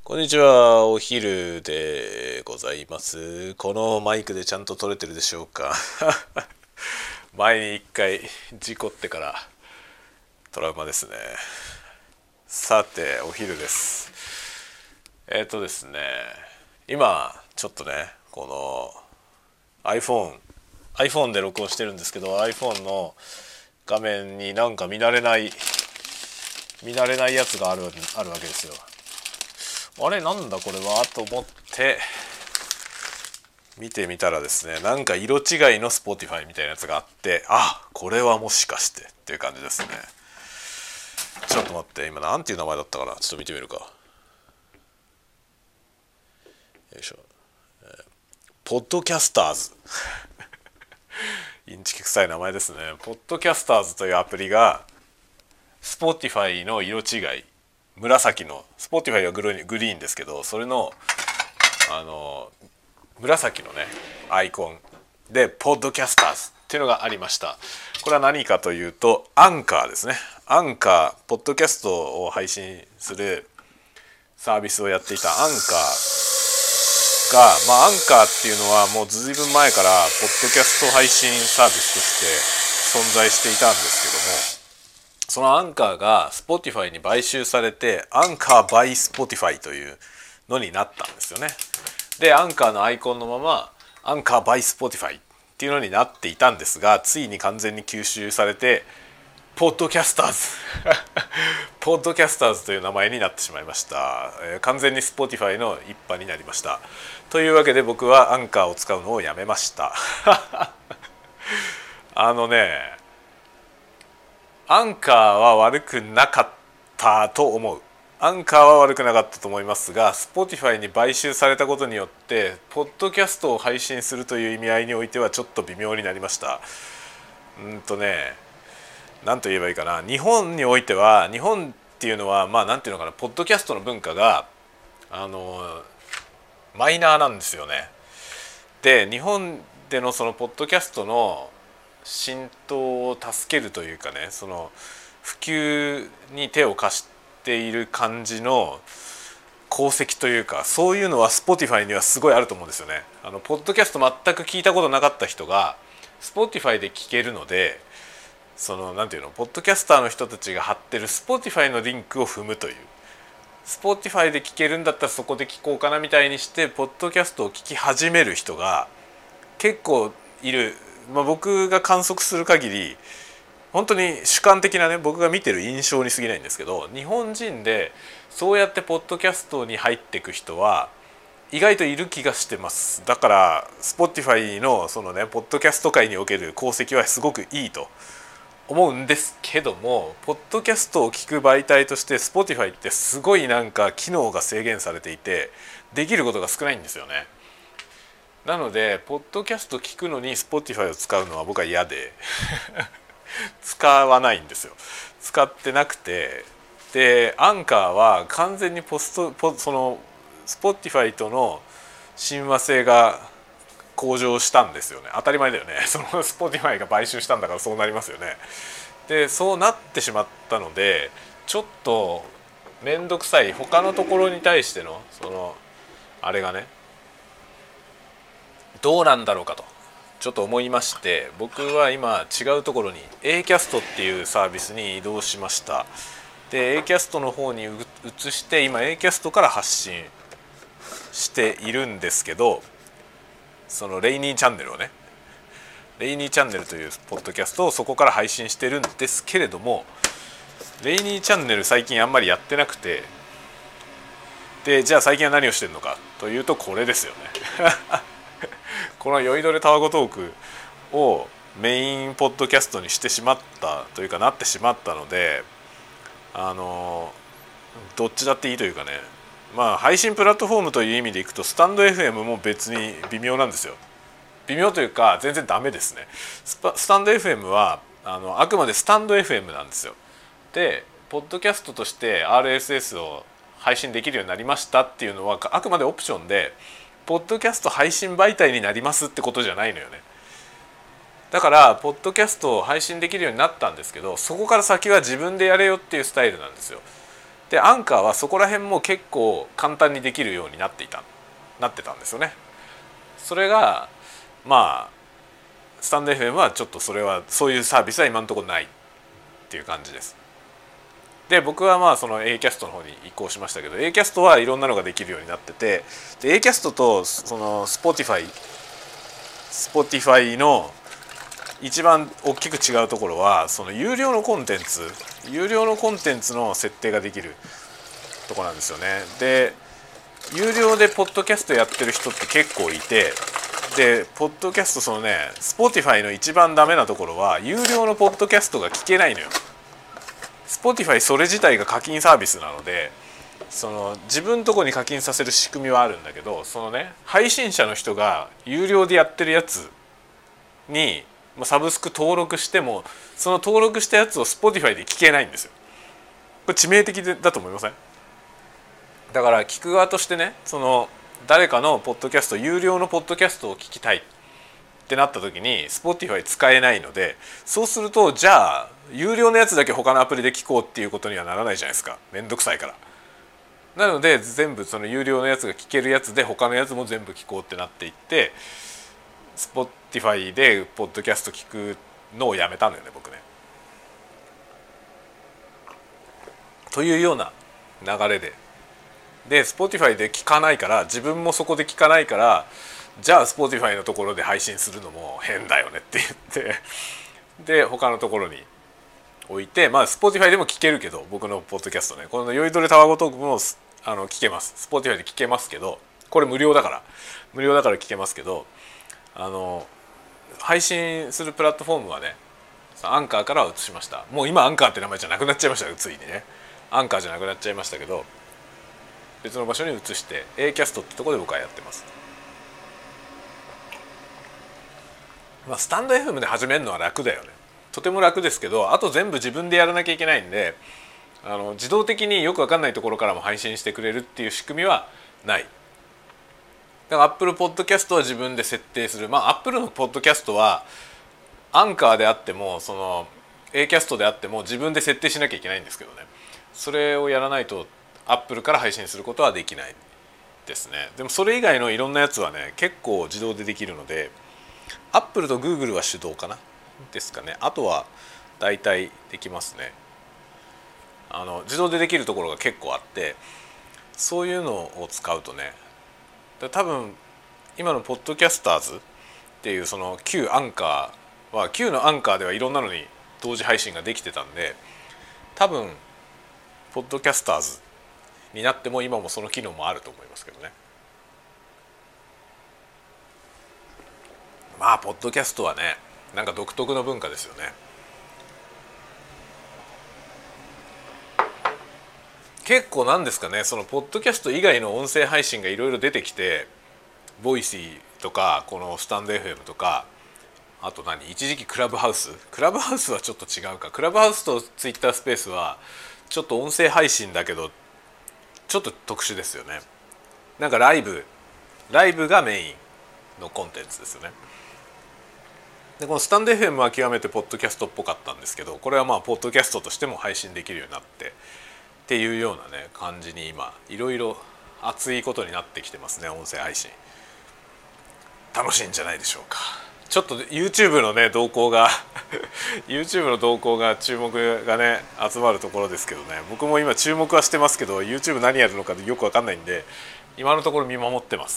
こんにちは、お昼でございます。このマイクでちゃんと撮れてるでしょうか。前に一回事故ってからトラウマですね。さて、お昼です。ですね、今ちょっとね、この iPhone で録音してるんですけど、 iPhone の画面になんか見慣れないやつがあるわけですよ。あれなんだこれはと思って見てみたらですね、なんか色違いの Spotify みたいなやつがあって、あ、これはもしかしてっていう感じですね。ちょっと待って、今なんていう名前だったかな、ちょっと見てみるか。よいしょ。ポッドキャスターズ。インチキ臭い名前ですね。ポッドキャスターズというアプリが Spotify の色違い、紫の Spotify はグリーンですけど、それの紫のねアイコンでポッドキャスターズっていうのがありました。これは何かというと、アンカーですね。アンカー、ポッドキャストを配信するサービスをやっていたアンカーが、アンカーっていうのはもうずいぶん前からポッドキャスト配信サービスとして存在していたんですけども、そのアンカーが Spotify に買収されて、アンカー by Spotify というのになったんですよね。で、アンカーのアイコンのままアンカー by Spotify っていうのになっていたんですが、ついに完全に吸収されてポッドキャスターズポッドキャスターズという名前になってしまいました。完全に Spotify の一派になりました。というわけで僕はアンカーを使うのをやめました。あのね、アンカーは悪くなかったと思う。アンカーは悪くなかったと思いますが、 Spotify に買収されたことによってポッドキャストを配信するという意味合いにおいてはちょっと微妙になりました。なんと言えばいいかな。日本においては、日本っていうのはなんていうのかな、ポッドキャストの文化がマイナーなんですよね。で、日本でのそのポッドキャストの浸透を助けるというかね、その普及に手を貸している感じの功績というか、そういうのは Spotify にはすごいあると思うんですよね。ポッドキャスト全く聞いたことなかった人が Spotify で聞けるので、そのなんていうの、ポッドキャスターの人たちが貼ってる Spotify のリンクを踏むという、Spotify で聞けるんだったらそこで聞こうかなみたいにしてポッドキャストを聞き始める人が結構いる。僕が観測する限り本当に主観的なね、僕が見てる印象に過ぎないんですけど、日本人でそうやってポッドキャストに入っていく人は意外といる気がしてます。だから Spotify のそのねポッドキャスト界における功績はすごくいいと思うんですけども、ポッドキャストを聞く媒体として Spotify ってすごいなんか機能が制限されていて、できることが少ないんですよね。なのでポッドキャスト聞くのに Spotify を使うのは僕は嫌で使わないんですよ。使ってなくて、でアンカーは完全にその Spotify との親和性が向上したんですよね。当たり前だよね。その Spotify が買収したんだからそうなりますよね。でそうなってしまったので、ちょっと面倒くさい、他のところに対してのそのあれがね、どうなんだろうかとちょっと思いまして、僕は今違うところに Acast っていうサービスに移動しました。で Acast の方に移して今 Acast から発信しているんですけど、そのレイニーチャンネルをね、レイニーチャンネルというポッドキャストをそこから配信してるんですけれども、レイニーチャンネル最近あんまりやってなくて、でじゃあ最近は何をしてるのかというと、これですよね。この酔いどれタワゴトークをメインポッドキャストにしてしまったというかなってしまったので、どっちだっていいというかね、配信プラットフォームという意味でいくとスタンド FM も別に微妙なんですよ。微妙というか全然ダメですね。スタンド FM はあくまでスタンド FM なんですよ。でポッドキャストとして RSS を配信できるようになりましたっていうのはあくまでオプションで、ポッドキャスト配信媒体になりますってことじゃないのよね。だからポッドキャストを配信できるようになったんですけど、そこから先は自分でやれよっていうスタイルなんですよ。 でアンカーはそこら辺も結構簡単にできるようになってたんですよね。それがまあスタンド FM はちょっとそういうサービスは今のところないっていう感じです。で僕はまあその A キャストの方に移行しましたけど、 A キャストはいろんなのができるようになってて、で A キャストとその Spotify の一番大きく違うところは、その有料のコンテンツの設定ができるところなんですよね。で有料でポッドキャストやってる人って結構いて、でポッドキャストSpotify の一番ダメなところは有料のポッドキャストが聞けないのよ。Spotify それ自体が課金サービスなので、その自分のとこに課金させる仕組みはあるんだけど、そのね配信者の人が有料でやってるやつにサブスク登録しても、その登録したやつを Spotify で聞けないんですよ。これ致命的だと思いません？だから聞く側としてね、その誰かのポッドキャスト、有料のポッドキャストを聞きたいってなった時に Spotify 使えないので、そうするとじゃあ有料のやつだけ他のアプリで聞こうっていうことにはならないじゃないですか。めんどくさいから。なので全部その有料のやつが聞けるやつで他のやつも全部聞こうってなっていって、 Spotify でポッドキャスト聞くのをやめたのよね僕ね。というような流れでSpotify で聞かないから、自分もそこで聞かないから、じゃあ Spotify のところで配信するのも変だよねって言ってで他のところに置いて、まあ Spotify でも聞けるけど、僕のポッドキャストね、この酔いどれタワゴトークも聞けます。 Spotify で聞けますけど、これ無料だから聞けますけど、配信するプラットフォームはねアンカーからは移しました。もう今アンカーって名前じゃなくなっちゃいましたよ、ついにね。アンカーじゃなくなっちゃいましたけど、別の場所に移して A キャストってところで僕はやってます。スタンド FM で始めるのは楽だよね。とても楽ですけど、あと全部自分でやらなきゃいけないんで、自動的によく分かんないところからも配信してくれるっていう仕組みはない。だから Apple Podcast は自分で設定する。Apple の Podcast はアンカーであってもその A キャストであっても自分で設定しなきゃいけないんですけどね。それをやらないと Apple から配信することはできないですね。でもそれ以外のいろんなやつはね結構自動でできるので、Apple と Google は手動かなですかね。あとはだいたいできますね。自動でできるところが結構あって、そういうのを使うとね、多分今のポッドキャスターズっていうその旧アンカーは、旧のアンカーではいろんなのに同時配信ができてたんで、多分ポッドキャスターズになっても今もその機能もあると思いますけどね。ポッドキャストはねなんか独特の文化ですよね。結構なんですかね、そのポッドキャスト以外の音声配信がいろいろ出てきて、ボイシーとかこのスタンド FM とか、あと一時期クラブハウスはちょっと違うか。クラブハウスとツイッタースペースはちょっと音声配信だけどちょっと特殊ですよね。なんかライブがメインのコンテンツですよね。でこのスタンド FM は極めてポッドキャストっぽかったんですけど、これはポッドキャストとしても配信できるようになってっていうようなね感じに今いろいろ熱いことになってきてますね。音声配信楽しいんじゃないでしょうか。ちょっと YouTube のね動向がYouTube の動向が注目がね集まるところですけどね、僕も今注目はしてますけど YouTube 何やるのかよく分かんないんで今のところ見守ってます。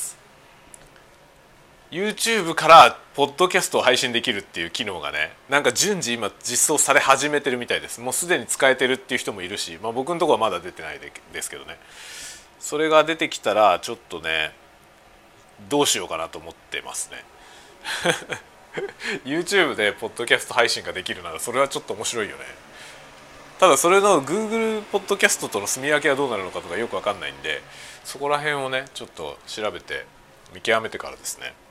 YouTube からポッドキャストを配信できるっていう機能がねなんか順次今実装され始めてるみたいです。もうすでに使えてるっていう人もいるし、僕のところはまだ出てないですけどね、それが出てきたらちょっとねどうしようかなと思ってますねYouTube でポッドキャスト配信ができるならそれはちょっと面白いよね。ただそれの Google ポッドキャストとの住み分けはどうなるのかとかよく分かんないんで、そこら辺をねちょっと調べて見極めてからですね。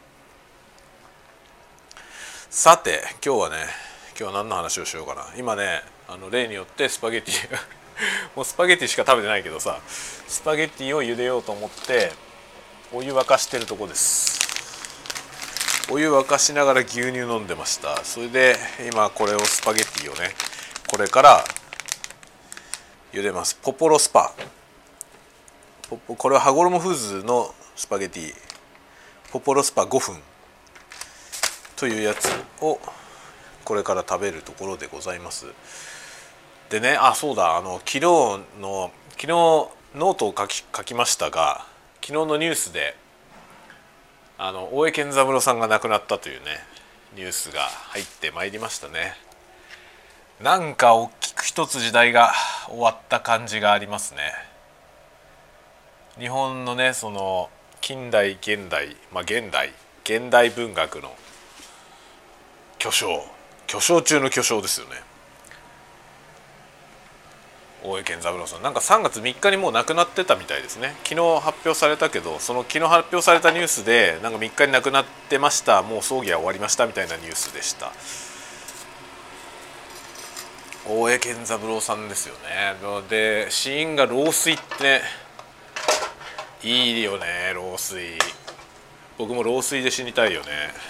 さて今日は何の話をしようかな。今ね例によってスパゲティもうスパゲティしか食べてないけどさ、スパゲティを茹でようと思ってお湯沸かしてるとこです。お湯沸かしながら牛乳飲んでました。それで今これをスパゲティをねこれから茹でます。ポポロスパ、これは羽衣フーズのスパゲティポポロスパ5分というやつをこれから食べるところでございます。でね、そうだ、昨日ノートを書きましたが、昨日のニュースで大江健三郎さんが亡くなったというねニュースが入ってまいりましたね。なんか大きく一つ時代が終わった感じがありますね。日本のね、その近代現代、現代文学の巨匠中の巨匠ですよね、大江健三郎さん。なんか3月3日にもう亡くなってたみたいですね。昨日発表されたけど、その昨日発表されたニュースでなんか3日に亡くなってました、もう葬儀は終わりましたみたいなニュースでした。大江健三郎さんですよね。で死因が老衰ってね、いいよね老衰。僕も老衰で死にたいよね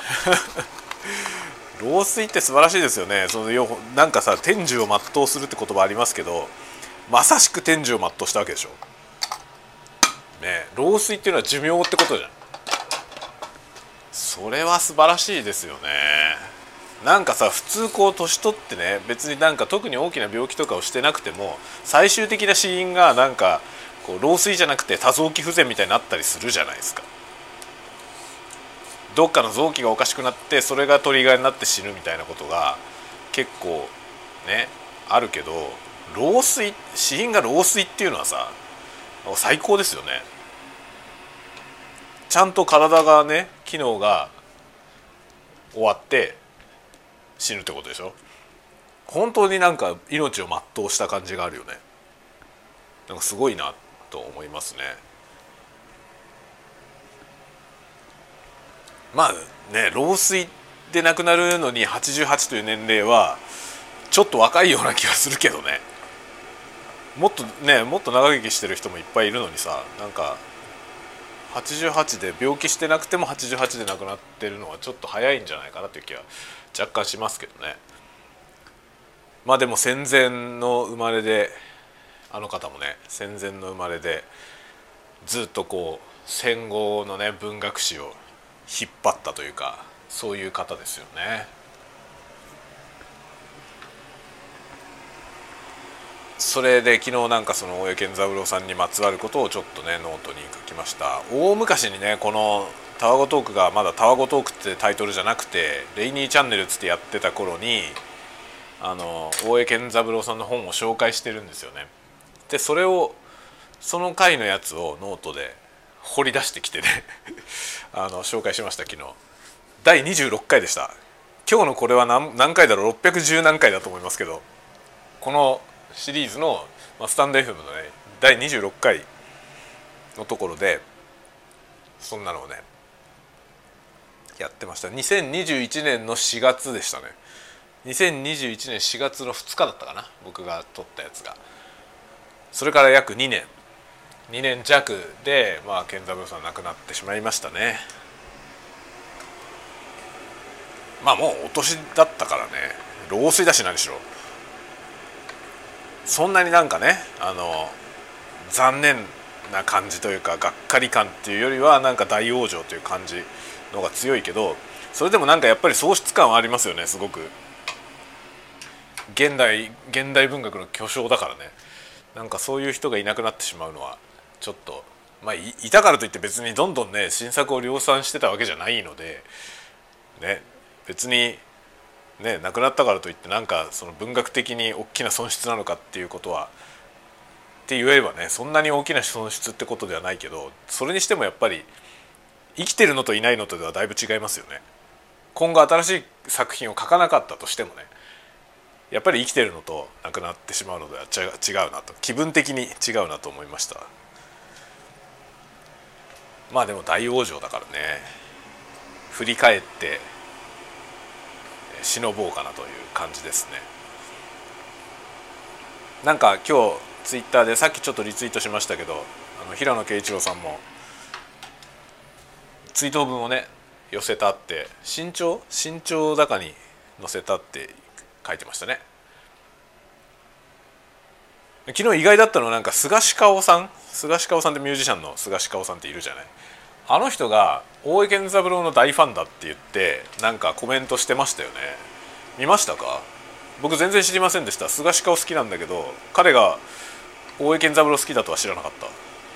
老衰って素晴らしいですよね。なんかさ、天寿を全うするって言葉ありますけど、まさしく天寿を全うしたわけでしょ、ね、老衰っていうのは寿命ってことじゃん。それは素晴らしいですよね。なんかさ、普通こう年取ってね、別になんか特に大きな病気とかをしてなくても最終的な死因がなんかこう老衰じゃなくて多臓器不全みたいになったりするじゃないですか。どっかの臓器がおかしくなってそれがトリガーになって死ぬみたいなことが結構ねあるけど、死因が老衰っていうのはさ最高ですよね。ちゃんと体がね機能が終わって死ぬってことでしょ。本当になんか命を全うした感じがあるよね。なんかすごいなと思いますね。まあね、老衰で亡くなるのに88という年齢はちょっと若いような気がするけどね。もっと長生きしてる人もいっぱいいるのにさ、なんか88で病気してなくても88で亡くなってるのはちょっと早いんじゃないかなという気は若干しますけどね。まあでも戦前の生まれで、あの方もね戦前の生まれでずっとこう戦後のね文学史を引っ張ったというか、そういう方ですよね。それで昨日なんかその大江健三郎さんにまつわることをちょっとねノートに書きました。大昔にね、このタワゴトークがまだタワゴトークってタイトルじゃなくてレイニーチャンネルつってやってた頃に大江健三郎さんの本を紹介してるんですよね。でその回のやつをノートで掘り出してきてね紹介しました昨日。第26回でした。今日のこれは何回だろう、610何回だと思いますけど、このシリーズのスタンド FM のね第26回のところでそんなのをねやってました。2021年の4月でしたね。2021年4月の2日だったかな、僕が撮ったやつが。それから約2年弱で健三郎さん亡くなってしまいましたね。もうお年だったからね、老衰だし何しろそんなになんかね残念な感じというかがっかり感っていうよりはなんか大往生という感じのが強いけど、それでもなんかやっぱり喪失感はありますよね。すごく現代文学の巨匠だからね。なんかそういう人がいなくなってしまうのはちょっといたからといって別にどんどんね新作を量産してたわけじゃないのでね、別にね亡くなったからといってなんかその文学的に大きな損失なのかっていうことはって言えばねそんなに大きな損失ってことではないけど、それにしてもやっぱり生きてるのといないのとではだいぶ違いますよね。今後新しい作品を書かなかったとしてもね、やっぱり生きてるのと亡くなってしまうのでは違うなと、気分的に違うなと思いました。でも大往生だからね、振り返って忍ぼうかなという感じですね。なんか今日ツイッターでさっきちょっとリツイートしましたけど、平野啓一郎さんも追悼文をね寄せたって、新潮高に載せたって書いてましたね。 昨日意外だったのはなんか菅氏香さんってミュージシャンの菅氏香さんっているじゃない。あの人が大江健三郎の大ファンだって言ってなんかコメントしてましたよね。見ましたか？僕全然知りませんでした。菅氏香好きなんだけど彼が大江健三郎好きだとは知らなかった。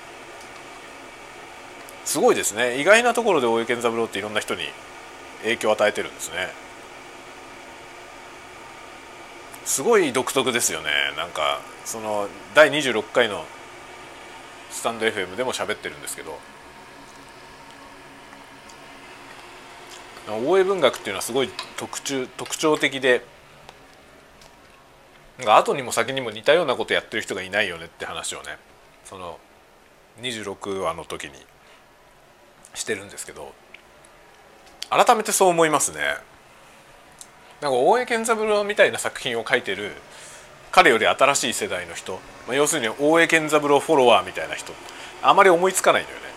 すごいですね。意外なところで大江健三郎っていろんな人に影響を与えてるんですね。すごい独特ですよね。なんかその第26回のスタンド FM でも喋ってるんですけど、大江文学っていうのはすごい特徴的で、なんか後にも先にも似たようなことやってる人がいないよねって話をね、その26話の時にしてるんですけど、改めてそう思いますね。なんか大江健三郎みたいな作品を書いてる彼より新しい世代の人、要するに大江健三郎フォロワーみたいな人あまり思いつかないんだよね。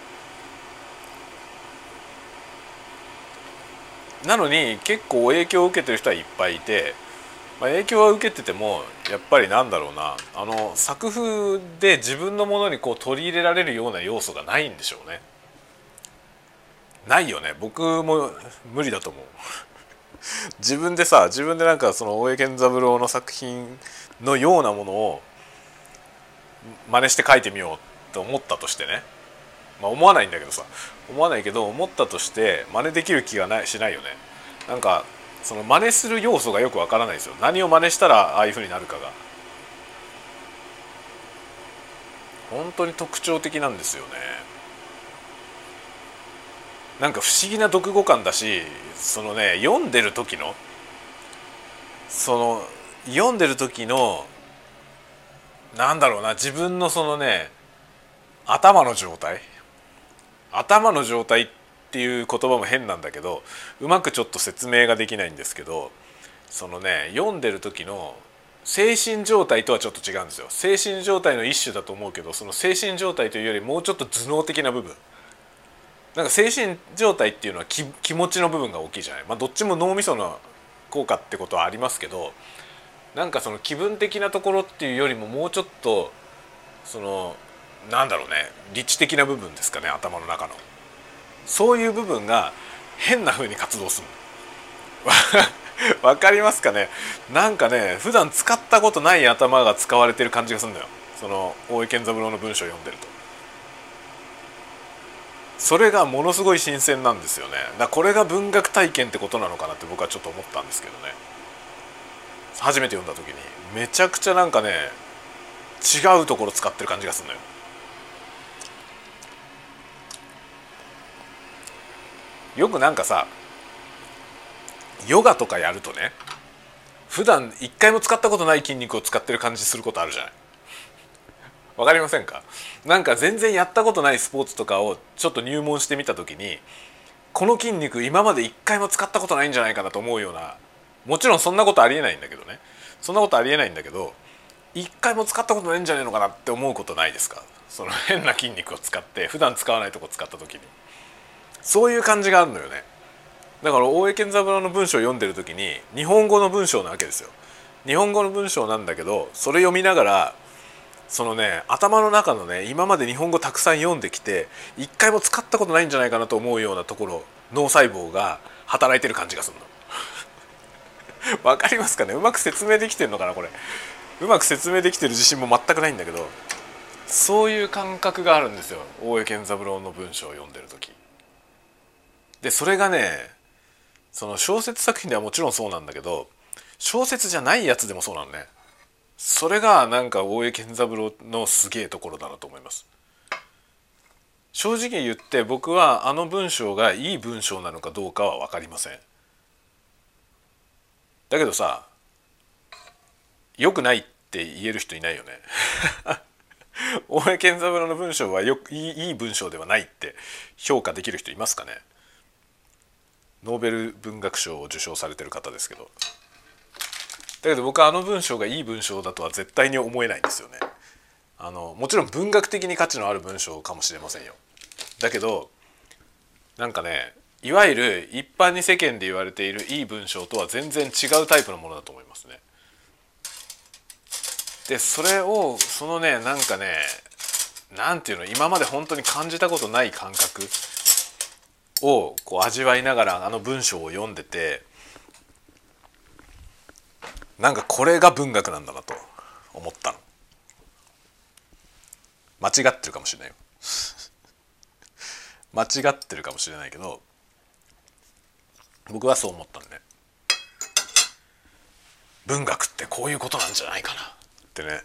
なのに結構影響を受けてる人はいっぱいいて、影響は受けててもやっぱりなんだろうな、作風で自分のものにこう取り入れられるような要素がないんでしょうね。ないよね。僕も無理だと思う。自分でなんかその大江健三郎の作品のようなものを真似して書いてみようと思ったとしてね、思わないんだけどさ、思ったとして真似できる気がしないよね。なんかその真似する要素がよくわからないですよ。何を真似したらああいう風になるかが本当に特徴的なんですよね。なんか不思議な読後感だし、そのね読んでる時のなんだろうな、自分のそのね頭の状態っていう言葉も変なんだけど、うまくちょっと説明ができないんですけど、そのね読んでる時の精神状態とはちょっと違うんですよ。精神状態の一種だと思うけど、その精神状態というよりもうちょっと頭脳的な部分、なんか精神状態っていうのは気持ちの部分が大きいじゃない。どっちも脳みその効果ってことはありますけど、なんかその気分的なところっていうよりももうちょっとそのなんだろうね、理知的な部分ですかね。頭の中のそういう部分が変な風に活動するの。わかりますかね。なんかね普段使ったことない頭が使われてる感じがするのよ。その大江健三郎の文章を読んでるとそれがものすごい新鮮なんですよね。これが文学体験ってことなのかなって僕はちょっと思ったんですけどね。初めて読んだ時にめちゃくちゃなんかね違うところ使ってる感じがするのよ。よくなんかさヨガとかやるとね、普段一回も使ったことない筋肉を使ってる感じすることあるじゃない。わかりませんか？なんか全然やったことないスポーツとかをちょっと入門してみた時に、この筋肉今まで一回も使ったことないんじゃないかなと思うような、もちろんそんなことありえないんだけどね、一回も使ったことないんじゃないのかなって思うことないですか？その変な筋肉を使って普段使わないとこ使った時にそういう感じがあるのよね。だから大江健三郎の文章を読んでる時に日本語の文章なわけですよ。日本語の文章なんだけど、それ読みながらそのね頭の中のね今まで日本語たくさん読んできて一回も使ったことないんじゃないかなと思うようなところ、脳細胞が働いてる感じがするの。わかりますかね？うまく説明できてるのかなこれ。うまく説明できてる自信も全くないんだけど、そういう感覚があるんですよ、大江健三郎の文章を読んでる時で。それがねその小説作品ではもちろんそうなんだけど、小説じゃないやつでもそうなのね。それがなんか大江健三郎のすげえところだなと思います。正直言って僕はあの文章がいい文章なのかどうかは分かりません。だけどさ、良くないって言える人いないよね。大江健三郎の文章はいい文章ではないって評価できる人いますかね？ノーベル文学賞を受賞されてる方ですけど。だけど僕はあの文章がいい文章だとは絶対に思えないんですよね。もちろん文学的に価値のある文章かもしれませんよ。だけどなんかね、いわゆる一般に世間で言われているいい文章とは全然違うタイプのものだと思いますね。 でそれをそのねなんかねなんていうの今まで本当に感じたことない感覚をこう味わいながらあの文章を読んでて、なんかこれが文学なんだなと思ったの。間違ってるかもしれないよ間違ってるかもしれないけど僕はそう思ったんで、文学ってこういうことなんじゃないかなってね。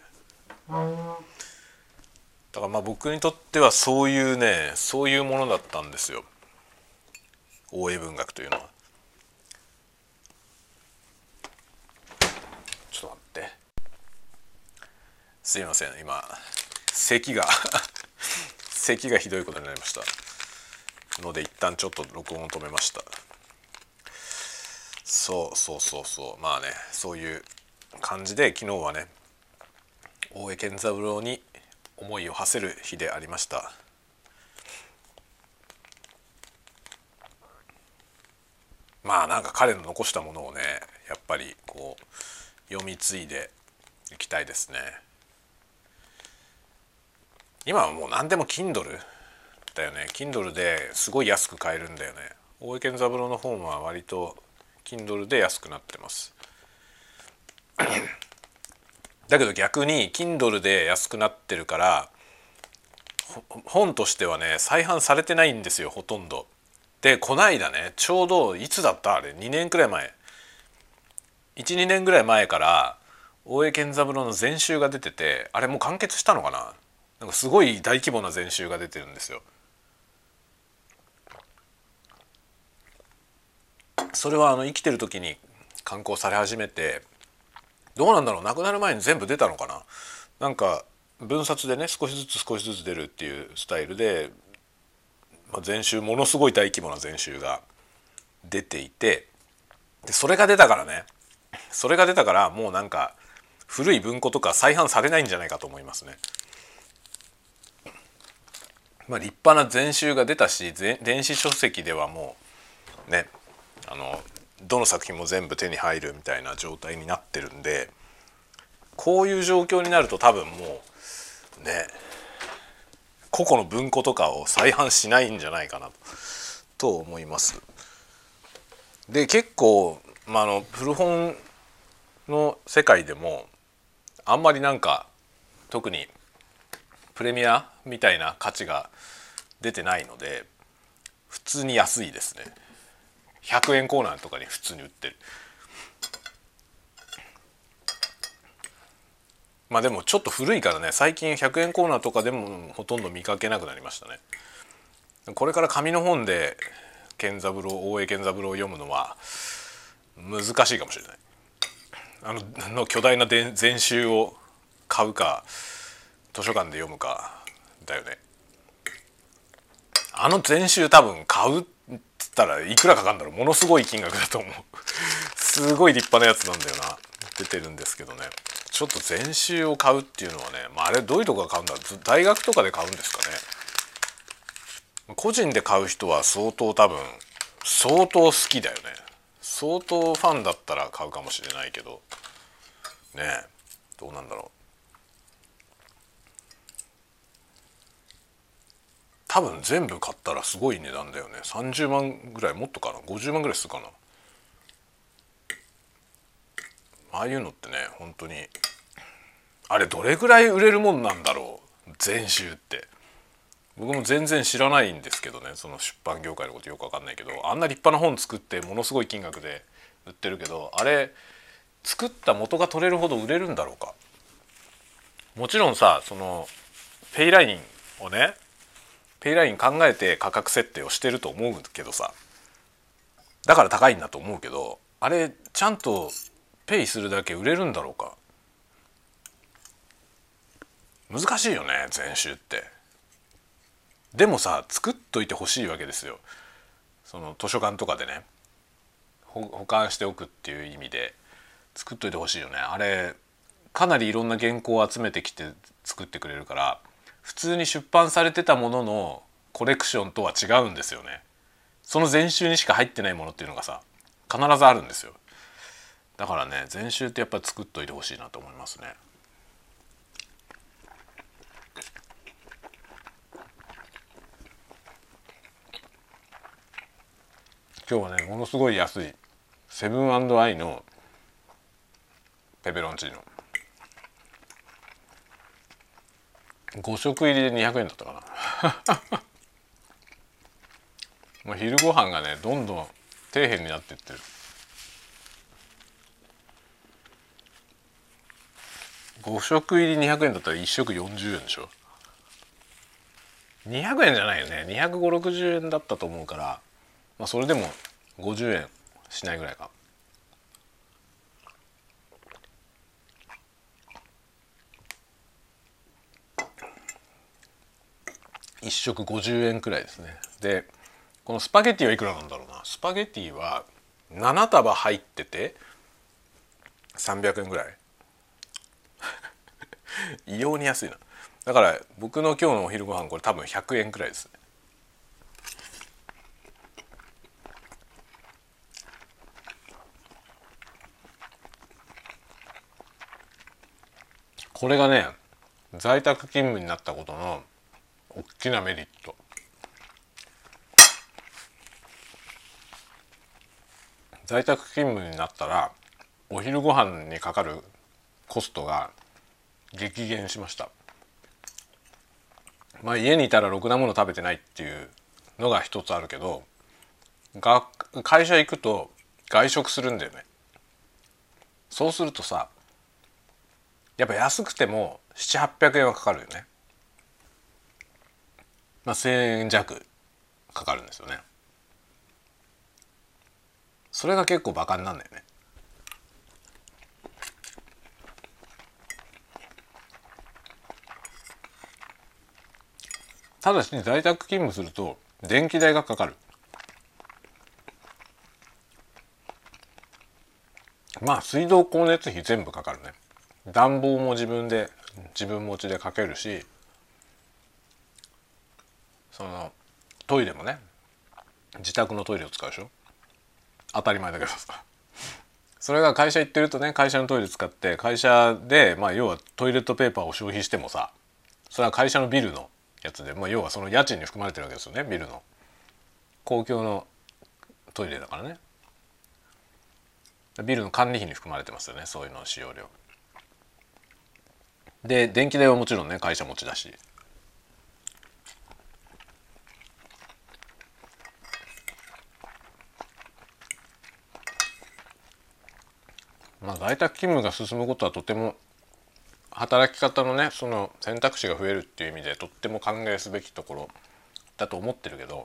だからまあ僕にとってはそういうねそういうものだったんですよ、大江文学というのは。ちょっと待って、すいません今咳が咳がひどいことになりましたので一旦ちょっと録音を止めました。そうまあねそういう感じで昨日はね大江健三郎に思いを馳せる日でありました。まあなんか彼の残したものをねやっぱりこう読み継いでいきたいですね。今はもう何でも Kindle だよね。 Kindle ですごい安く買えるんだよね。大江健三郎の本は割と Kindle で安くなってますだけど逆に Kindle で安くなってるから本としてはね再販されてないんですよほとんど。でこないだねちょうどいつだったあれ2年くらい前12年ぐらい前から大江健三郎の全集が出てて、あれもう完結したのかな、なんかすごい大規模な全集が出てるんですよ。それは生きてる時に刊行され始めて、どうなんだろう亡くなる前に全部出たのかな、なんか分冊でね少しずつ少しずつ出るっていうスタイルで、全集ものすごい大規模な全集が出ていて、でそれが出たからねそれが出たからもうなんか古い文庫とか再販されないんじゃないかと思いますね。立派な全集が出たし電子書籍ではもうねどの作品も全部手に入るみたいな状態になってるんで、こういう状況になると多分もうね個々の文庫とかを再販しないんじゃないかなと思います。で結構、古本の世界でもあんまりなんか特にプレミアみたいな価値が出てないので普通に安いですね。100円コーナーとかに普通に売ってる。でもちょっと古いからね最近100円コーナーとかでもほとんど見かけなくなりましたね。これから紙の本で大江健三郎を読むのは難しいかもしれない。の巨大な全集を買うか図書館で読むかだよね。全集多分買うっつったらいくらかかるんだろう、ものすごい金額だと思うすごい立派なやつなんだよな出てるんですけどね。ちょっと全集を買うっていうのはね、あれどういうとこが買うんだろう、大学とかで買うんですかね。個人で買う人は相当好きだよね。相当ファンだったら買うかもしれないけどね、どうなんだろう。多分全部買ったらすごい値段だよね。30万ぐらい、もっとかな、50万ぐらいするかな。ああいうのってね本当にあれどれぐらい売れるもんなんだろう全集って。僕も全然知らないんですけどね、その出版業界のことよく分かんないけど、あんな立派な本作ってものすごい金額で売ってるけど、あれ作った元が取れるほど売れるんだろうか。もちろんさそのペイライン考えて価格設定をしてると思うけどさ、だから高いんだと思うけど、あれちゃんとペイするだけ売れるんだろうか。難しいよね全集って。でもさ作っといてほしいわけですよ。その図書館とかでね保管しておくっていう意味で作っといてほしいよね。あれかなりいろんな原稿を集めてきて作ってくれるから、普通に出版されてたもののコレクションとは違うんですよね。その全集にしか入ってないものっていうのがさ必ずあるんですよ。だからね全集ってやっぱり作っといてほしいなと思いますね。 今日はねものすごい安いセブン&アイのペペロンチーノ5食入りで200円だったかなもう昼ご飯がねどんどん底辺になっていってる。5食入り200円だったら1食40円でしょ。200円じゃないよね。25060円だったと思うから、まあ、それでも50円しないぐらいか。1食50円くらいですね。でこのスパゲッティはいくらなんだろうな。スパゲッティは7束入ってて300円ぐらい異様に安いな。だから僕の今日のお昼ご飯これ多分100円くらいですね。これがね在宅勤務になったことの大きなメリット。在宅勤務になったらお昼ご飯にかかるコストが激減しました。まあ家にいたらろくなもの食べてないっていうのが一つあるけど、会社行くと外食するんだよね。そうするとさやっぱ安くても700~800円はかかるよね。まあ1,000円弱かかるんですよね。それが結構バカになんだよね。ただし在宅勤務すると電気代がかかる。まあ水道光熱費全部かかるね。暖房も自分持ちでかけるし、そのトイレもね自宅のトイレを使うでしょ。当たり前だけどさそれが会社行ってるとね会社のトイレ使って会社でまあ要はトイレットペーパーを消費してもさそれは会社のビルのやつで、まあ、要はその家賃に含まれてるわけですよね。ビルの公共のトイレだからね。ビルの管理費に含まれてますよねそういうの使用料で。電気代はもちろんね会社持ちだし、まあ在宅勤務が進むことはとても働き方のねその選択肢が増えるっていう意味でとっても歓迎すべきところだと思ってるけど、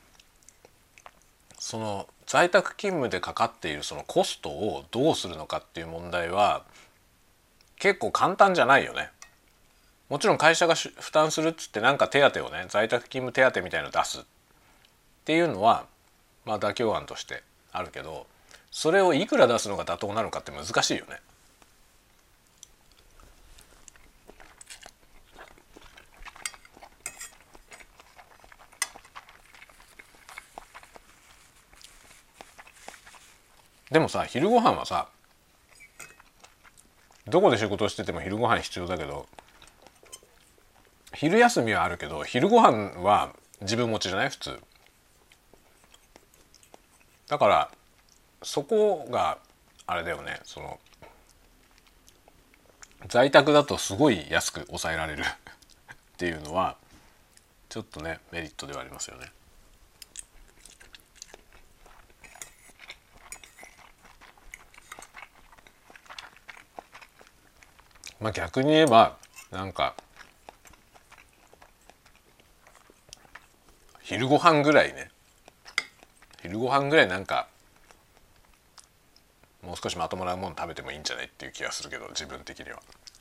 その在宅勤務でかかっているそのコストをどうするのかっていう問題は結構簡単じゃないよね。もちろん会社が負担するっつってなんか手当をね在宅勤務手当みたいの出すっていうのはまあ妥協案としてあるけど、それをいくら出すのが妥当なのかって難しいよね。でもさ昼ご飯はさどこで仕事してても昼ご飯必要だけど、昼休みはあるけど昼ご飯は自分持ちじゃない普通だから、そこがあれだよね。その在宅だとすごい安く抑えられるっていうのはちょっとねメリットではありますよね。まあ逆に言えばなんか昼ご飯ぐらいね昼ご飯ぐらいなんかもう少しまともなもの食べてもいいんじゃないっていう気がするけど自分的には。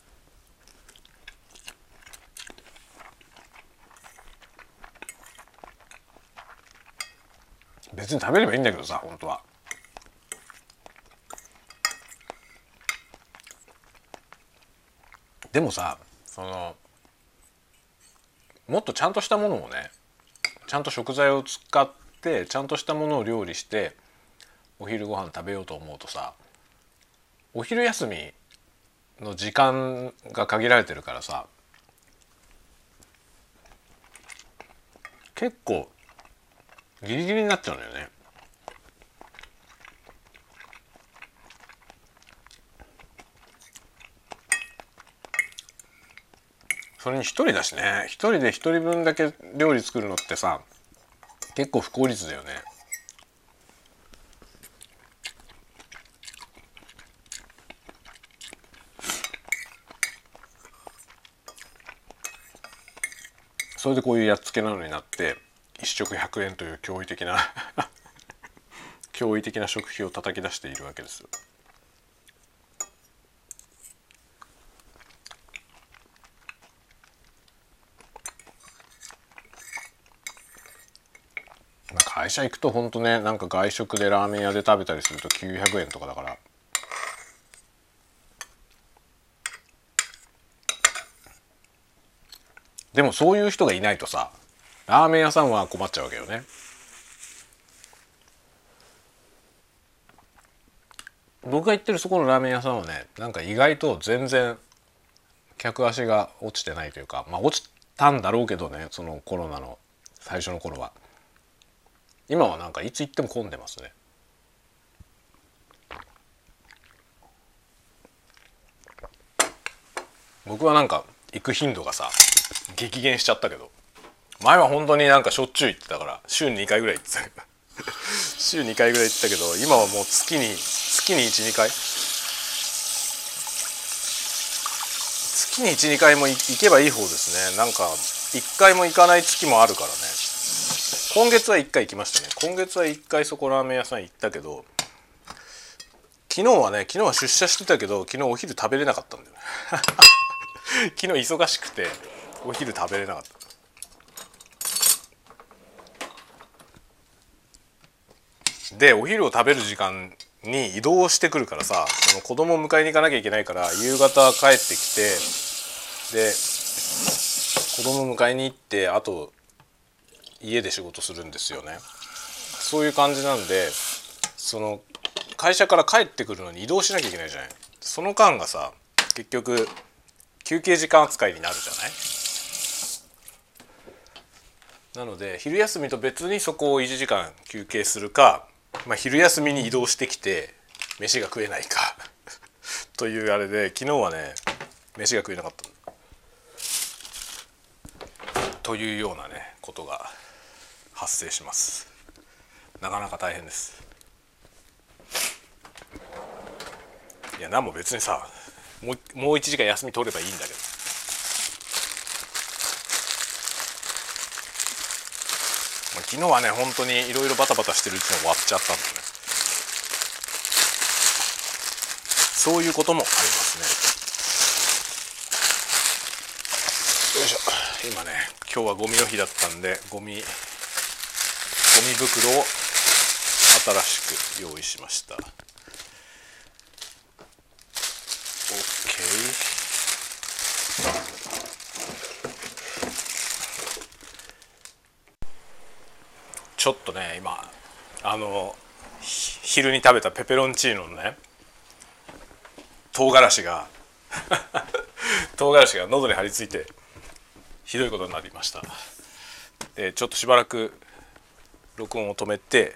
別に食べればいいんだけどさ本当は。でもさそのもっとちゃんとしたものをねちゃんと食材を使ってちゃんとしたものを料理してお昼ご飯食べようと思うとさお昼休みの時間が限られてるからさ結構ギリギリになっちゃうのよね。 それに一人だしね、一人で一人分だけ料理作るのってさ結構不効率だよね。それでこういうやっつけなのになって一食100円という驚異的な驚異的な食費を叩き出しているわけですよ。会社行くとほんとね、なんか外食でラーメン屋で食べたりすると900円とかだから、でもそういう人がいないとさ、ラーメン屋さんは困っちゃうわけよね。僕が行ってるそこのラーメン屋さんはね、なんか意外と全然客足が落ちてないというか、まあ落ちたんだろうけどね、そのコロナの最初の頃は。今はなんかいつ行っても混んでますね。僕はなんか行く頻度がさ激減しちゃったけど、前は本当になんかしょっちゅう行ってたから、週に2回ぐらい行ってたけど週2回ぐらい行ってたけど、今はもう月に12回、月に12回も行けばいい方ですね。なんか1回も行かない月もあるからね。今月は1回行きましたね。今月は1回そこラーメン屋さん行ったけど、昨日は出社してたけど、昨日お昼食べれなかったんだよね昨日忙しくてお昼食べれなかった。でお昼を食べる時間に移動してくるからさ、その子供を迎えに行かなきゃいけないから、夕方帰ってきて、で子供を迎えに行って、あと家で仕事するんですよね。そういう感じなんで、その会社から帰ってくるのに移動しなきゃいけないじゃない。その間がさ結局休憩時間扱いになるじゃない。なので昼休みと別にそこを1時間休憩するか、まあ、昼休みに移動してきて飯が食えないかというあれで、昨日はね飯が食えなかったというようなねことが発生します。なかなか大変です。いや何も別にさ、もう1時間休み取ればいいんだけど、昨日はね本当にいろいろバタバタしてるうちに終わっちゃったんだよね。そういうこともありますね。よいしょ。今ね今日はゴミの日だったんで、ゴミ袋を新しく用意しました。 OK。 ちょっとね今昼に食べたペペロンチーノのね唐辛子が喉に張り付いてひどいことになりました。でちょっとしばらく録音を止めて、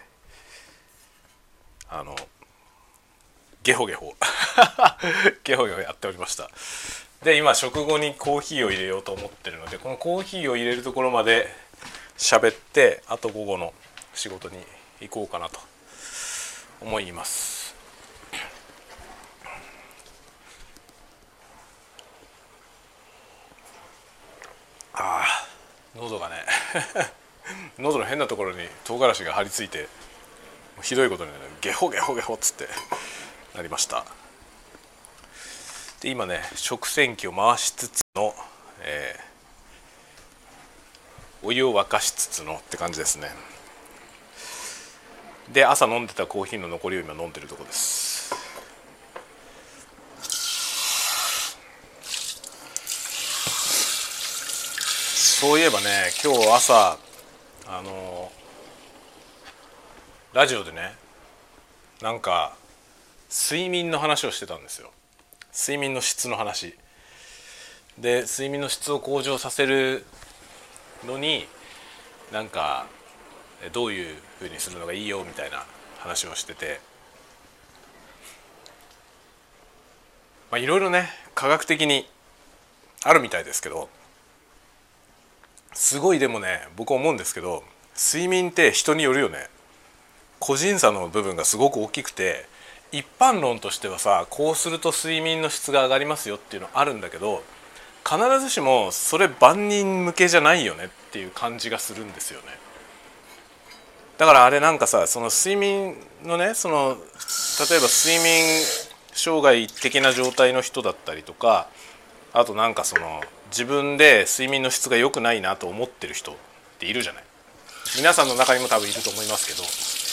ゲホゲホゲホゲホやっておりました。で今食後にコーヒーを入れようと思ってるので、このコーヒーを入れるところまで喋って、あと午後の仕事に行こうかなと思います。喉がね喉の変なところに唐辛子が張り付いてひどいことになる。ゲホゲホゲホっつってなりました。で今ね食洗機を回しつつの、お湯を沸かしつつのって感じですね。で朝飲んでたコーヒーの残りを今飲んでるとこです。そういえばね今日朝ラジオでねなんか睡眠の話をしてたんですよ。睡眠の質の話で、睡眠の質を向上させるのになんかどういう風にするのがいいよみたいな話をしてて、まあいろいろね科学的にあるみたいですけど、 すごいでもね僕思うんですけど、睡眠って人によるよね。個人差の部分がすごく大きくて、一般論としてはさ、こうすると睡眠の質が上がりますよっていうのあるんだけど、必ずしもそれ万人向けじゃないよねっていう感じがするんですよね。だからあれなんかさ、その睡眠のね、その例えば睡眠障害的な状態の人だったりとか、あとなんかその自分で睡眠の質が良くないなと思ってる人っているじゃない。皆さんの中にも多分いると思いますけど、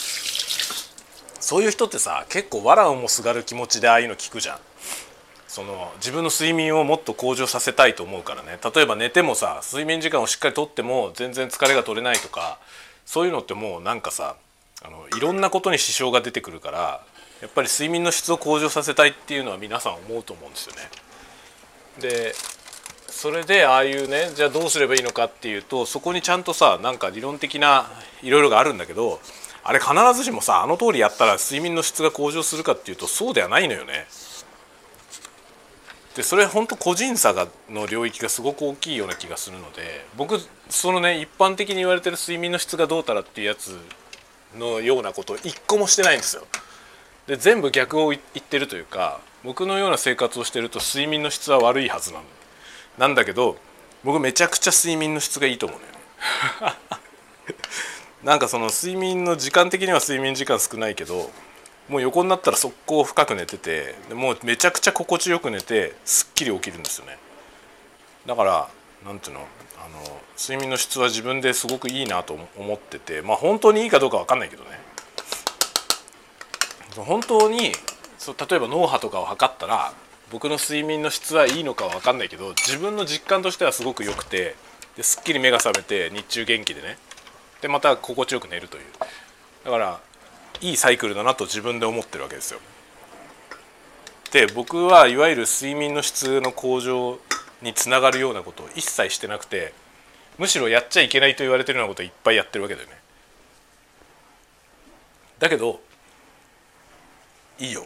そういう人ってさ、結構藁をもすがる気持ちでああいうの聞くじゃん。その自分の睡眠をもっと向上させたいと思うからね。例えば寝てもさ、睡眠時間をしっかりとっても全然疲れが取れないとか、そういうのってもうなんかさ、いろんなことに支障が出てくるから、やっぱり睡眠の質を向上させたいっていうのは皆さん思うと思うんですよね。でそれでああいうね、じゃあどうすればいいのかっていうと、そこにちゃんとさ、なんか理論的ないろいろがあるんだけど、あれ必ずしもさ、あの通りやったら睡眠の質が向上するかっていうとそうではないのよね。でそれ本当個人差の領域がすごく大きいような気がするので、僕そのね、一般的に言われてる睡眠の質がどうたらっていうやつのようなことを一個もしてないんですよ。で全部逆を言ってるというか、僕のような生活をしてると睡眠の質は悪いはずなんだけど、僕めちゃくちゃ睡眠の質がいいと思うのよね。なんかその睡眠の時間的には睡眠時間少ないけど、もう横になったら速攻深く寝てて、もうめちゃくちゃ心地よく寝てすっきり起きるんですよね。だからなんていうの、睡眠の質は自分ですごくいいなと思ってて、まあ本当にいいかどうか分かんないけどね、本当に例えば脳波とかを測ったら僕の睡眠の質はいいのかは分かんないけど、自分の実感としてはすごく良くて、ですっきり目が覚めて日中元気でね、でまた心地よく寝るという、だからいいサイクルだなと自分で思ってるわけですよ。で僕はいわゆる睡眠の質の向上につながるようなことを一切してなくて、むしろやっちゃいけないと言われてるようなことをいっぱいやってるわけだよね。だけどいいよ。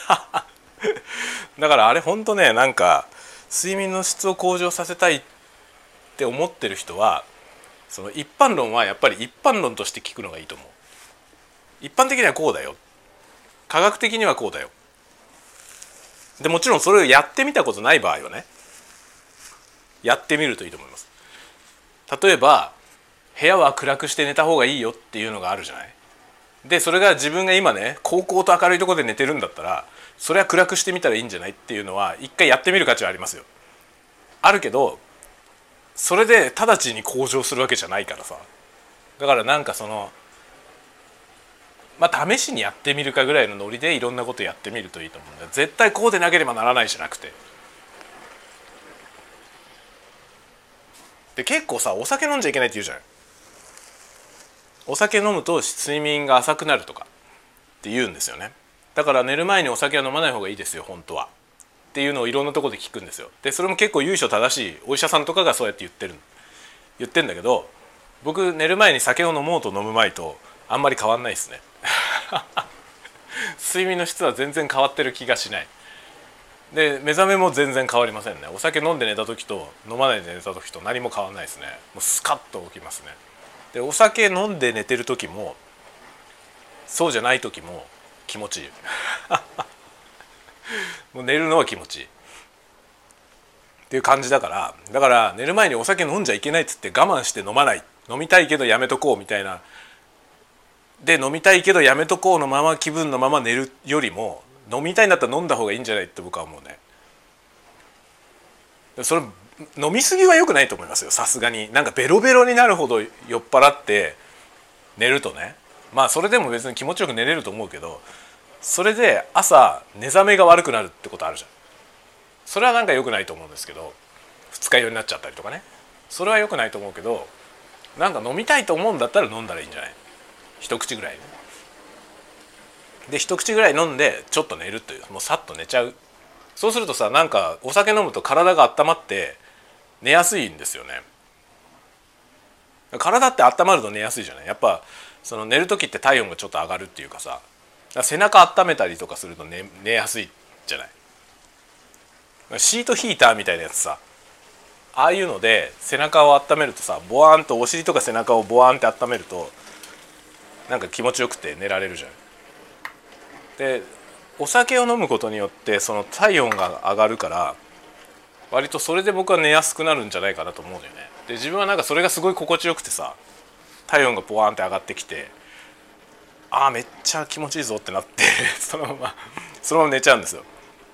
だからあれほんとね、なんか睡眠の質を向上させたいって思ってる人は、その一般論はやっぱり一般論として聞くのがいいと思う。一般的にはこうだよ、科学的にはこうだよ。でもちろんそれをやってみたことない場合はね、やってみるといいと思います。例えば部屋は暗くして寝た方がいいよっていうのがあるじゃない。でそれが自分が今ね、高校と明るいところで寝てるんだったら、それは暗くしてみたらいいんじゃないっていうのは一回やってみる価値はありますよ。あるけど、それで直ちに向上するわけじゃないからさ。だからなんかそのまあ試しにやってみるかぐらいのノリでいろんなことやってみるといいと思うんだよ。絶対こうでなければならないじゃなくて。で結構さ、お酒飲んじゃいけないって言うじゃない。お酒飲むと睡眠が浅くなるとかって言うんですよね。だから寝る前にお酒は飲まない方がいいですよ本当はっていうのをいろんなところで聞くんですよ。でそれも結構由緒正しいお医者さんとかがそうやって言ってんだけど、僕寝る前に酒を飲もうと飲む前とあんまり変わんないですね。睡眠の質は全然変わってる気がしない。で目覚めも全然変わりませんね。お酒飲んで寝た時と飲まないで寝た時と何も変わらないですね。もうスカッと起きますね。でお酒飲んで寝てる時もそうじゃない時も気持ちいい。もう寝るのは気持ちいいっていう感じだから、だから寝る前にお酒飲んじゃいけないっつって我慢して飲まない、飲みたいけどやめとこうみたいな、で飲みたいけどやめとこうのまま気分のまま寝るよりも、飲みたいんだったら飲んだ方がいいんじゃないって僕は思うね。それ飲み過ぎは良くないと思いますよ、さすがに。なんかベロベロになるほど酔っ払って寝るとね、まあそれでも別に気持ちよく寝れると思うけど、それで朝寝覚めが悪くなるってことあるじゃん。それはなんか良くないと思うんですけど、二日酔いになっちゃったりとかね、それは良くないと思うけど、なんか飲みたいと思うんだったら飲んだらいいんじゃない。一口ぐらいね。で一口ぐらい飲んでちょっと寝るという、もうさっと寝ちゃう。そうするとさ、なんかお酒飲むと体が温まって寝やすいんですよね。体って温まると寝やすいじゃない。やっぱその寝る時って体温がちょっと上がるっていうかさ、背中温めたりとかすると寝やすいじゃない。シートヒーターみたいなやつさ、 ああいうので背中を温めるとさ、ボワーンとお尻とか背中をボワーンって温めるとなんか気持ちよくて寝られるじゃん。でお酒を飲むことによってその体温が上がるから割とそれで僕は寝やすくなるんじゃないかなと思うんだよね。で自分はなんかそれがすごい心地よくてさ、体温がボワーンって上がってきて、ああめっちゃ気持ちいいぞってなってそのまま寝ちゃうんですよ。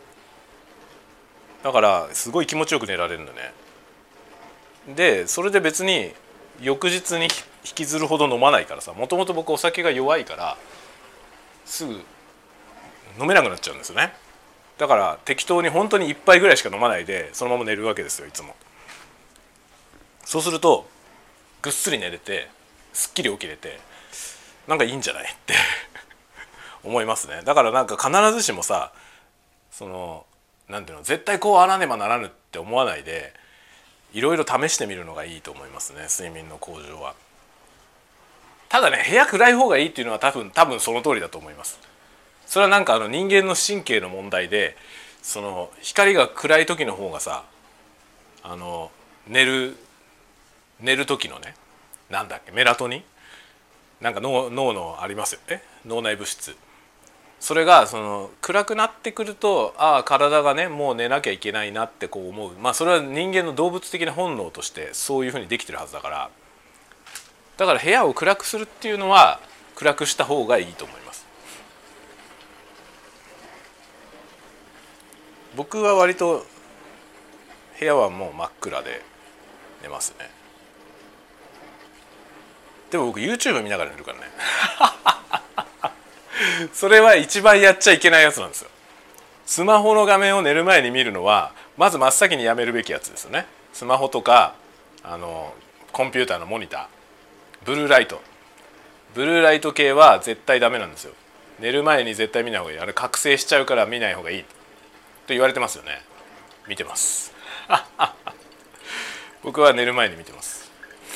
だからすごい気持ちよく寝られるんだね。でそれで別に翌日に引きずるほど飲まないからさ、もともと僕お酒が弱いからすぐ飲めなくなっちゃうんですよね。だから適当に本当に1杯ぐらいしか飲まないでそのまま寝るわけですよ、いつも。そうするとぐっすり寝れてすっきり起きれて、なんかいいんじゃないって思いますね。だからなんか必ずしもさ、そのなんていうの、絶対こうあらねばならぬって思わないでいろいろ試してみるのがいいと思いますね、睡眠の向上は。ただね、部屋暗い方がいいっていうのは多分その通りだと思います。それはなんか人間の神経の問題で、その光が暗い時の方がさ、寝る時のね、なんだっけ、メラトニンなんか脳のありますよね、脳内物質。それがその暗くなってくると、ああ体がねもう寝なきゃいけないなってこう思う。まあそれは人間の動物的な本能としてそういうふうにできてるはずだから、だから部屋を暗くするっていうのは暗くした方がいいと思います。僕は割と部屋はもう真っ暗で寝ますね。でも僕 YouTube 見ながら寝るからねそれは一番やっちゃいけないやつなんですよ。スマホの画面を寝る前に見るのはまず真っ先にやめるべきやつですよね。スマホとかコンピューターのモニター、ブルーライト系は絶対ダメなんですよ。寝る前に絶対見ない方がいい。あれ覚醒しちゃうから見ない方がいいと言われてますよね。見てます僕は寝る前に見てます。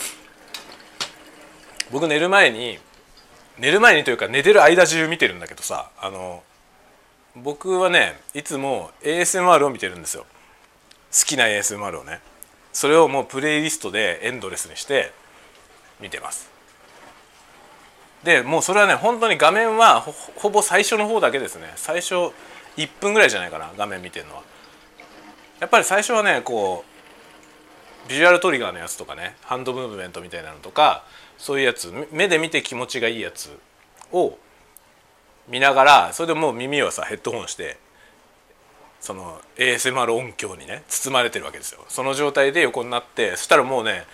僕寝る前にというか寝てる間中見てるんだけどさ、僕はねいつも ASMR を見てるんですよ。好きな ASMR をね、それをもうプレイリストでエンドレスにして見てます。でもうそれはね本当に画面はほぼ最初の方だけですね。最初1分ぐらいじゃないかな、画面見てるのは。やっぱり最初はねこうビジュアルトリガーのやつとかね、ハンドムーブメントみたいなのとか、そういうやつ、目で見て気持ちがいいやつを見ながら、それでもう耳をさヘッドホンしてその ASMR 音響にね包まれてるわけですよ。その状態で横になって、そしたらもうね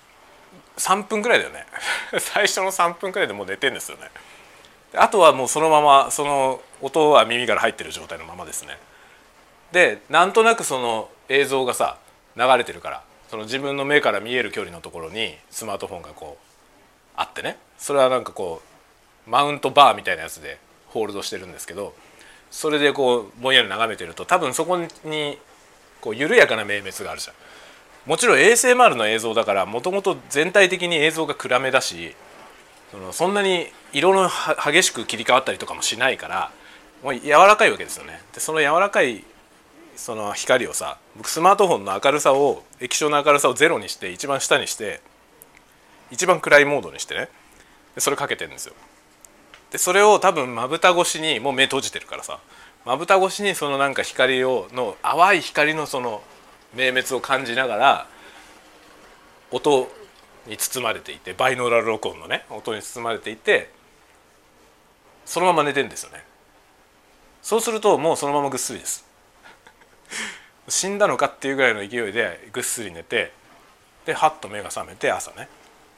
3分くらいだよね最初の3分くらいでもう寝てんですよね。あとはもうそのままその音は耳から入ってる状態のままですね。でなんとなくその映像がさ流れてるから、その自分の目から見える距離のところにスマートフォンがこうあってね、それはなんかこうマウントバーみたいなやつでホールドしてるんですけど、それでこうぼんやり眺めてると多分そこにこう緩やかな明滅があるじゃん。もちろん ASMR の映像だからもともと全体的に映像が暗めだし、そんなに色の激しく切り替わったりとかもしないからもう柔らかいわけですよね。でその柔らかいその光をさ、僕スマートフォンの明るさを液晶の明るさをゼロにして一番下にして一番暗いモードにしてね、でそれかけてるんですよ。でそれを多分まぶた越しに、もう目閉じてるからさ、まぶた越しにそのなんか光の淡い光のその明滅を感じながら音に包まれていて、バイノーラル録音のね音に包まれていて、そのまま寝てるんですよね。そうするともうそのままぐっすりです死んだのかっていうぐらいの勢いでぐっすり寝て、でハッと目が覚めて朝ね、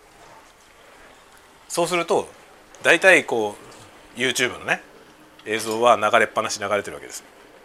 そうすると大体こう YouTube のね映像は流れっぱなし流れてるわけです。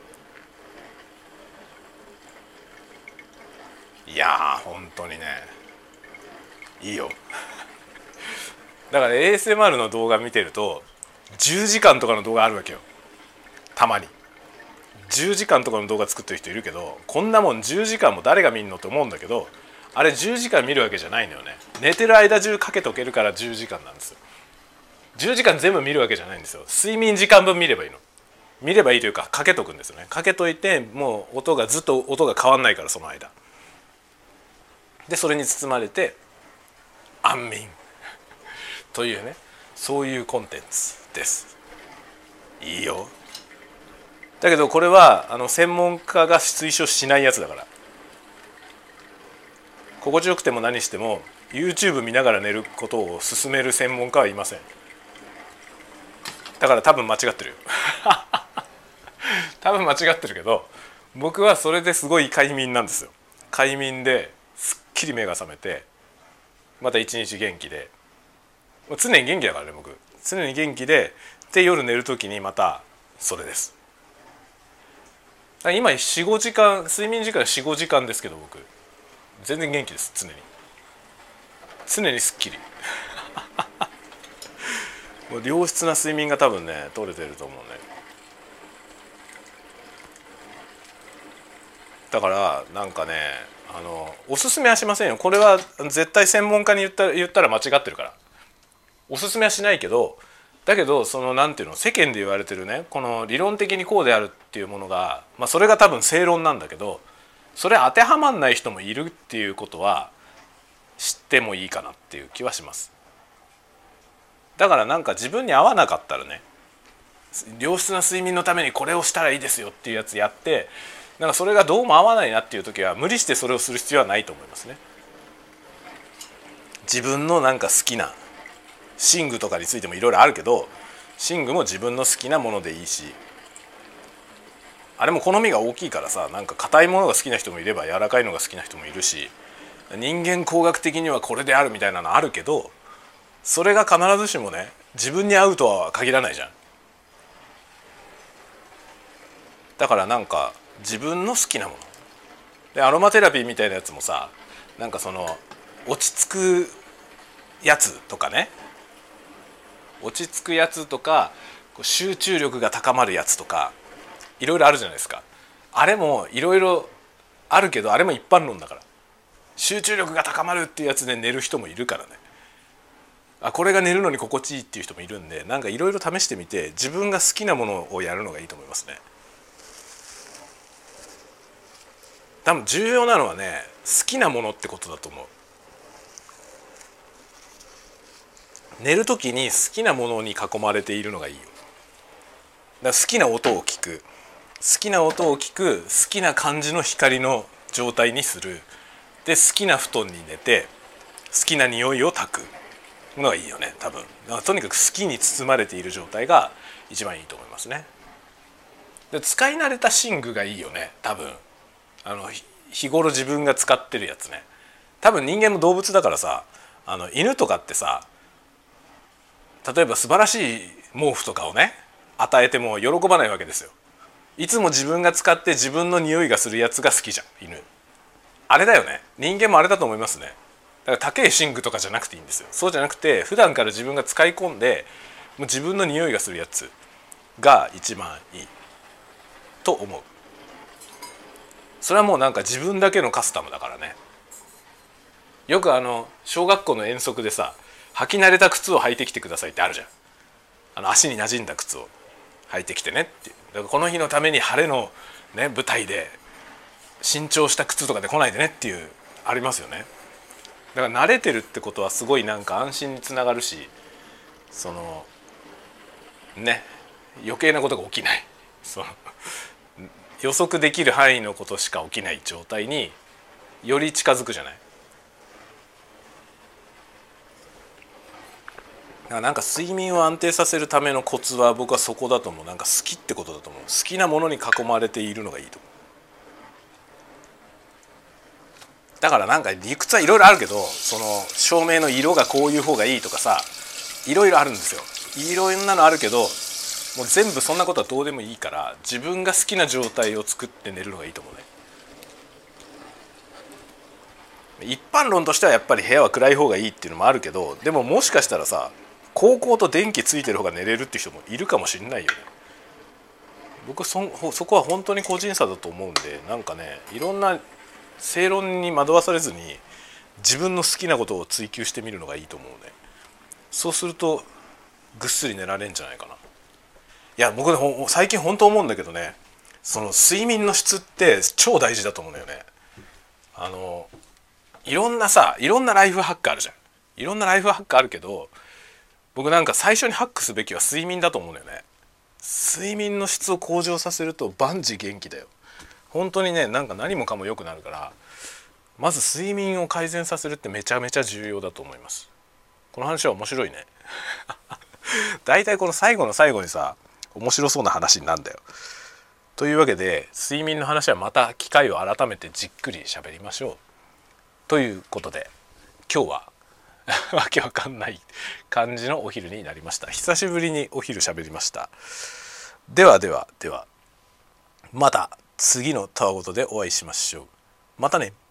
いやー本当にねいいよだから ASMR の動画見てると10時間とかの動画あるわけよ。たまに10時間とかの動画作ってる人いるけど、こんなもん10時間も誰が見んのと思うんだけど、あれ10時間見るわけじゃないのよね。寝てる間中かけとけるから10時間なんですよ。10時間全部見るわけじゃないんですよ。睡眠時間分見ればいいの。見ればいいというかかけとくんですよね。かけといてもうずっと音が変わんないから、その間でそれに包まれて安眠というね、そういうコンテンツです。いいよ。だけどこれは専門家が推奨しないやつだから、心地よくても何しても YouTube 見ながら寝ることを勧める専門家はいません。だから多分間違ってるよ多分間違ってるけど、僕はそれですごい快眠なんですよ。快眠ですっきり目が覚めて、また一日元気で、常に元気だからね、僕常に元気で、夜寝る時にまたそれです。今 4,5 時間睡眠時間 4,5 時間ですけど、僕全然元気です。常にすっきりもう良質な睡眠が多分ね取れてると思うね。だからなんかね、おすすめはしませんよ。これは絶対専門家に言ったら間違ってるからおすすめはしないけど、だけどそのなんていうの、世間で言われてるね、この理論的にこうであるっていうものが、それが多分正論なんだけど、それ当てはまんない人もいるっていうことは知ってもいいかなっていう気はします。だからなんか自分に合わなかったらね、良質な睡眠のためにこれをしたらいいですよっていうやつやって、なんかそれがどうも合わないなっていう時は無理してそれをする必要はないと思いますね。自分のなんか好きな寝具とかについてもいろいろあるけど、寝具も自分の好きなものでいいし、あれも好みが大きいからさ、なんか硬いものが好きな人もいれば柔らかいのが好きな人もいるし、人間工学的にはこれであるみたいなのあるけど、それが必ずしもね自分に合うとは限らないじゃん。だからなんか自分の好きなもので、アロマテラピーみたいなやつもさ、なんかその落ち着くやつとかね、落ち着くやつとか集中力が高まるやつとかいろいろあるじゃないですか。あれもいろいろあるけど、あれも一般論だから、集中力が高まるっていうやつで寝る人もいるからね、これが寝るのに心地いいっていう人もいるんで、なんかいろいろ試してみて自分が好きなものをやるのがいいと思いますね。多分重要なのはね、好きなものってことだと思う。寝る時に好きなものに囲まれているのがいいよ。だから好きな音を聞く、好きな感じの光の状態にする、で好きな布団に寝て好きな匂いを焚くのがいいよね、多分。だからとにかく好きに包まれている状態が一番いいと思いますね。で使い慣れた寝具がいいよね、多分。日頃自分が使ってるやつね。多分人間も動物だからさ、犬とかってさ、例えば素晴らしい毛布とかをね与えても喜ばないわけですよ。いつも自分が使って自分の匂いがするやつが好きじゃん、犬。あれだよね、人間もあれだと思いますね。だから高い寝具とかじゃなくていいんですよ。そうじゃなくて普段から自分が使い込んでもう自分の匂いがするやつが一番いいと思う。それはもうなんか自分だけのカスタムだからね。よく小学校の遠足でさ、履き慣れた靴を履いてきてくださいってあるじゃん。足に馴染んだ靴を履いてきてねっていう。だからこの日のために晴れのね舞台で新調した靴とかで来ないでねっていうありますよね。だから慣れてるってことはすごいなんか安心につながるし、そのね余計なことが起きない、その予測できる範囲のことしか起きない状態により近づくじゃない。なんか睡眠を安定させるためのコツは僕はそこだと思う。なんか好きってことだと思う。好きなものに囲まれているのがいいと思う。だからなんか理屈はいろいろあるけど、その照明の色がこういう方がいいとかさ、いろいろあるんですよ。いろんなのあるけど、もう全部そんなことはどうでもいいから、自分が好きな状態を作って寝るのがいいと思うね。一般論としてはやっぱり部屋は暗い方がいいっていうのもあるけど、でももしかしたらさ、高校と電気ついてる方が寝れるっていう人もいるかもしれないよね。僕はそこは本当に個人差だと思うんで、なんかね、いろんな正論に惑わされずに自分の好きなことを追求してみるのがいいと思うね。そうするとぐっすり寝られるんじゃないかな。いや僕ね、最近本当思うんだけどね、その睡眠の質って超大事だと思うんだよね。 いろんなライフハックあるじゃん。いろんなライフハックあるけど、僕なんか最初にハックすべきは睡眠だと思うんだよね。睡眠の質を向上させると万事元気だよ。本当にね、なんか何もかも良くなるから、まず睡眠を改善させるってめちゃめちゃ重要だと思います。この話は面白いね。だいたいこの最後の最後にさ、面白そうな話になるんだよ。というわけで、睡眠の話はまた機会を改めてじっくり喋りましょう。ということで、今日はわけわかんない感じのお昼になりました。久しぶりにお昼喋りました。ではまた次のたわごとでお会いしましょう。またね。